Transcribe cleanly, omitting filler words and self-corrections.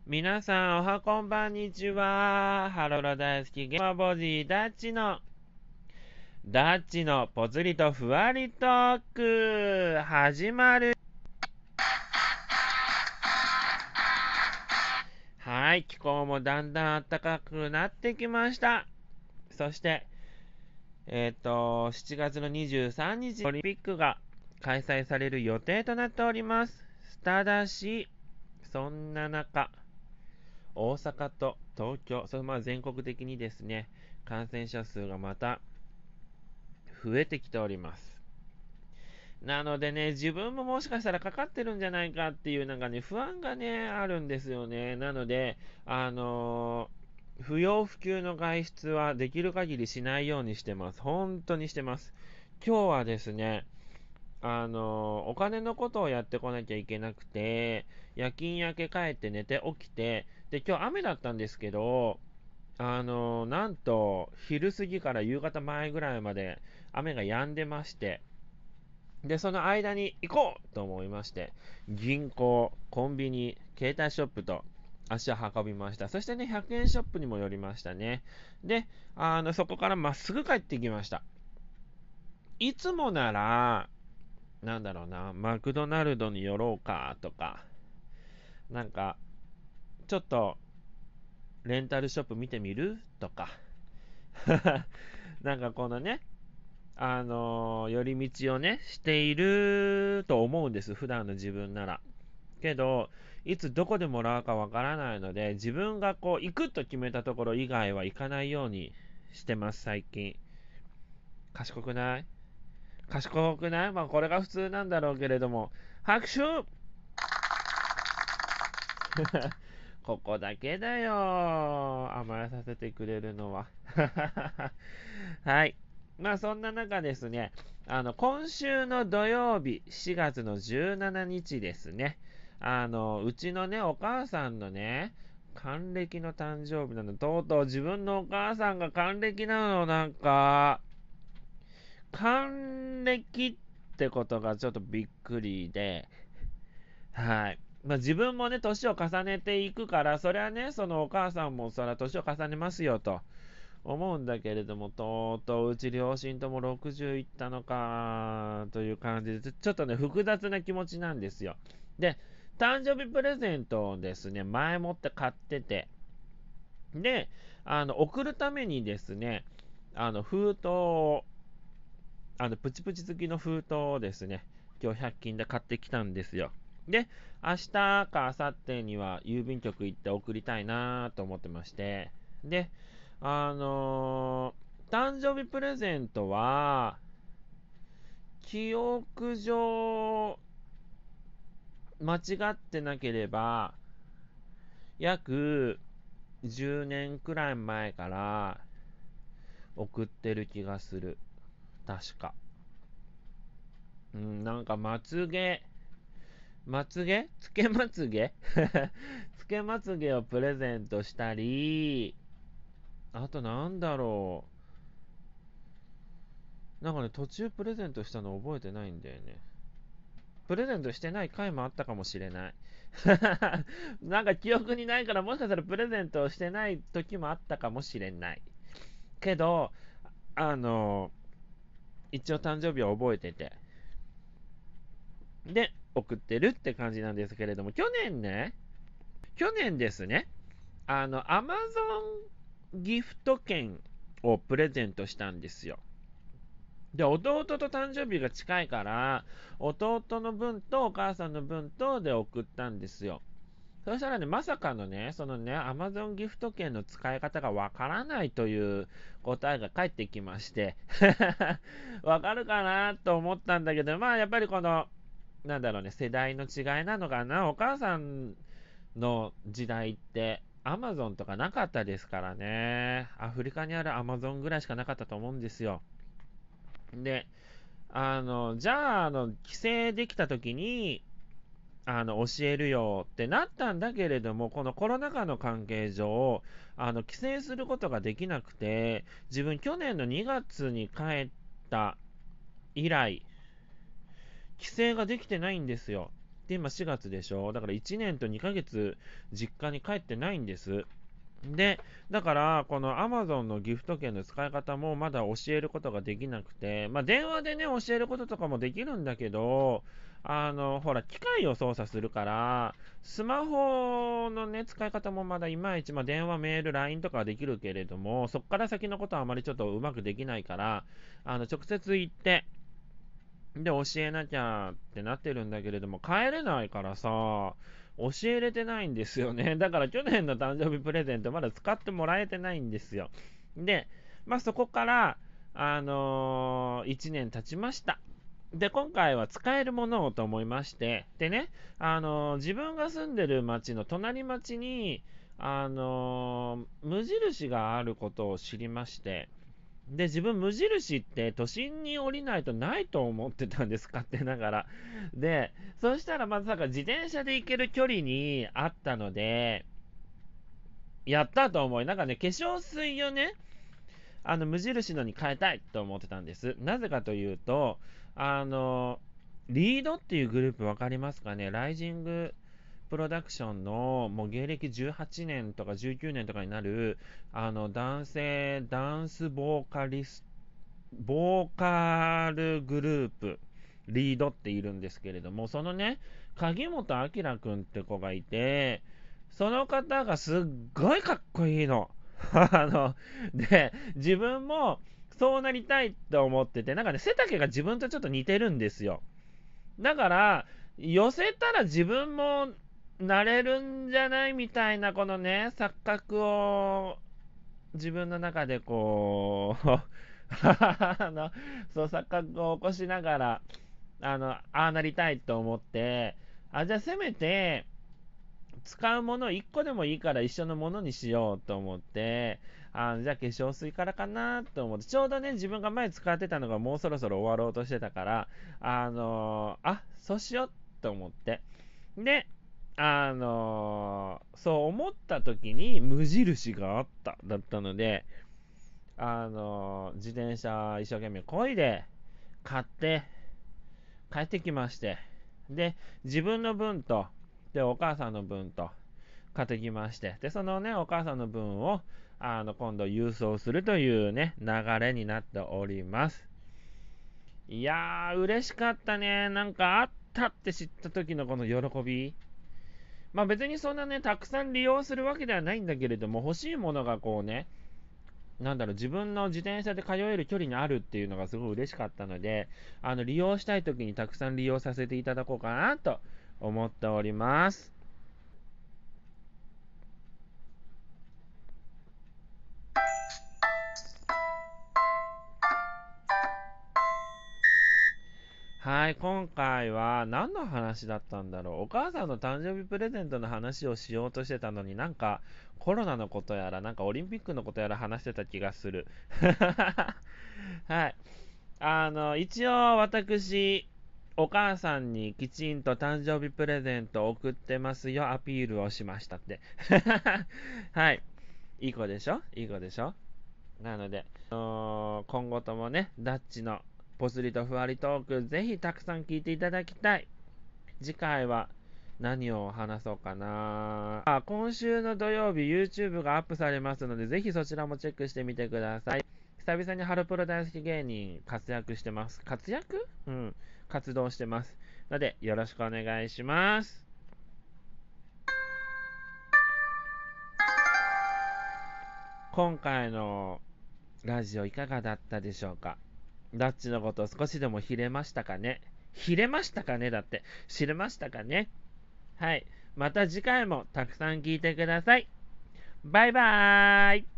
皆さん、おはこんばんにちは。ハロー大好きゲーマーボディダッチのぽつりとふわりトーク、始まる。はい、気候もだんだん暖かくなってきました。そして、7月の23日、オリンピックが開催される予定となっております。ただし、そんな中、大阪と東京、全国的にですね、感染者数がまた増えてきております。なのでね、自分ももしかしたらかかってるんじゃないかっていう不安がね、あるんですよね。なので、不要不急の外出はできる限りしないようにしてます。本当にしてます。今日はですね、お金のことをやってこなきゃいけなくて、夜勤明け帰って寝て起きて、で、今日雨だったんですけど、なんと、昼過ぎから夕方前ぐらいまで雨が止んでまして、で、その間に行こうと思いまして、銀行、コンビニ、携帯ショップと足を運びました。そしてね、100円ショップにも寄りましたね。で、そこからまっすぐ帰ってきました。いつもなら、マクドナルドに寄ろうかとか、なんか、ちょっと、レンタルショップ見てみるとか、このね、寄り道をね、していると思うんです、普段の自分なら。けど、いつどこでもらうかわからないので、自分がこう、行くと決めたところ以外は行かないようにしてます、最近。賢くない？賢くない？まあ、これが普通なんだろうけれども、拍手ここだけだよ。甘えさせてくれるのは。はい。まあそんな中ですね、今週の土曜日、4月の17日ですね、うちのね、お母さんのね、還暦の誕生日なの。とうとう自分のお母さんが還暦なの。還暦ってことがちょっとびっくりで、はい。まあ、自分もね、年を重ねていくから、それはね、そのお母さんもそれは年を重ねますよと思うんだけれども、とうとううち両親とも60いったのかという感じで、ちょっとね、複雑な気持ちなんですよ。で、誕生日プレゼントをですね、前もって買ってて、で、送るためにですね、封筒を、プチプチ付きの封筒をですね、今日100均で買ってきたんですよ。で、明日か明後日には郵便局行って送りたいなと思ってまして、で、誕生日プレゼントは、記憶上、間違ってなければ、約10年くらい前から送ってる気がする。確か。うん、つけまつげつけまつげをプレゼントしたり、あと途中プレゼントしたの覚えてないんだよね。プレゼントしてない回もあったかもしれない。記憶にないから、もしかしたらプレゼントをしてない時もあったかもしれない。けど、あの、一応誕生日は覚えてて、で、送ってるって感じなんですけれども、去年ですね、アマゾンギフト券をプレゼントしたんですよ。で、弟と誕生日が近いから、弟の分とお母さんの分とで送ったんですよ。そしたらね、まさかのね、そのね、Amazon ギフト券の使い方がわからないという答えが返ってきまして、わかるかなと思ったんだけど、まあやっぱりこの、世代の違いなのかな。お母さんの時代って、Amazon とかなかったですからね。アフリカにある Amazon ぐらいしかなかったと思うんですよ。で、じゃあ、帰省できた時に、教えるよってなったんだけれども、このコロナ禍の関係上、帰省することができなくて、自分去年の2月に帰った以来、帰省ができてないんですよ。 で、今4月でしょ。だから1年と2ヶ月実家に帰ってないんです。で、だから、この Amazon のギフト券の使い方もまだ教えることができなくて、まあ、電話でね、教えることとかもできるんだけど、ほら、機械を操作するから、スマホのね、使い方もまだいまいち、まあ、電話、メール、LINE とかはできるけれども、そこから先のことはあまりちょっとうまくできないから、直接行って、で、教えなきゃってなってるんだけれども、帰れないからさ、教えれてないんですよね。だから去年の誕生日プレゼントまだ使ってもらえてないんですよ。で、まあそこから、1年経ちました。で、今回は使えるものをと思いまして、でね、自分が住んでる町の隣町に、無印があることを知りまして、で、自分、無印って都心に降りないとないと思ってたんです、勝手ながら。で、そしたらまさか自転車で行ける距離にあったので、やったと思い、なんかね、化粧水をね、無印のに変えたいと思ってたんです。なぜかというと、リードっていうグループわかりますかね。ライジングプロダクションのもう芸歴18年とか19年とかになる男性ダンスボーカルグループリードっているんですけれども、そのね、鍵本明君って子がいて、その方がすっごいかっこいいの。で、自分もそうなりたいって思ってて、なんかね、背丈が自分とちょっと似てるんですよ。だから、寄せたら自分もなれるんじゃないみたいな、このね、錯覚を自分の中でこうそう錯覚を起こしながら、ああなりたいと思って、じゃあせめて、使うもの1個でもいいから一緒のものにしようと思って、じゃあ化粧水からかなと思って、ちょうどね、自分が前使ってたのがもうそろそろ終わろうとしてたから、そうしようと思って。で、そう思った時に無印があっただったので、自転車一生懸命漕いで買って帰ってきまして、で、自分の分と、で、お母さんの分と買ってきまして、で、そのね、お母さんの分を、今度郵送するというね、流れになっております。いやー、嬉しかったね。なんかあったって知った時のこの喜び。まあ別にそんなね、たくさん利用するわけではないんだけれども、欲しいものがこうね、自分の自転車で通える距離にあるっていうのがすごい嬉しかったので、利用したい時にたくさん利用させていただこうかなと思っております。はい、今回は何の話だったんだろう。お母さんの誕生日プレゼントの話をしようとしてたのになんかコロナのことやら、なんかオリンピックのことやら話してた気がする。はい。一応私、お母さんにきちんと誕生日プレゼントを送ってますよ、アピールをしましたって。はい。いい子でしょいい子でしょ。なので、今後ともね、ダッチのポスリとふわりトーク、ぜひたくさん聞いていただきたい。次回は何を話そうかな。今週の土曜日、YouTube がアップされますので、ぜひそちらもチェックしてみてください。久々にハロプロ大好き芸人活躍してます。活動してます。ので、よろしくお願いします。今回のラジオいかがだったでしょうか。ダッチのことを少しでも知れましたかね。知れましたかねだって。知れましたかね。はい。また次回もたくさん聞いてください。バイバーイ。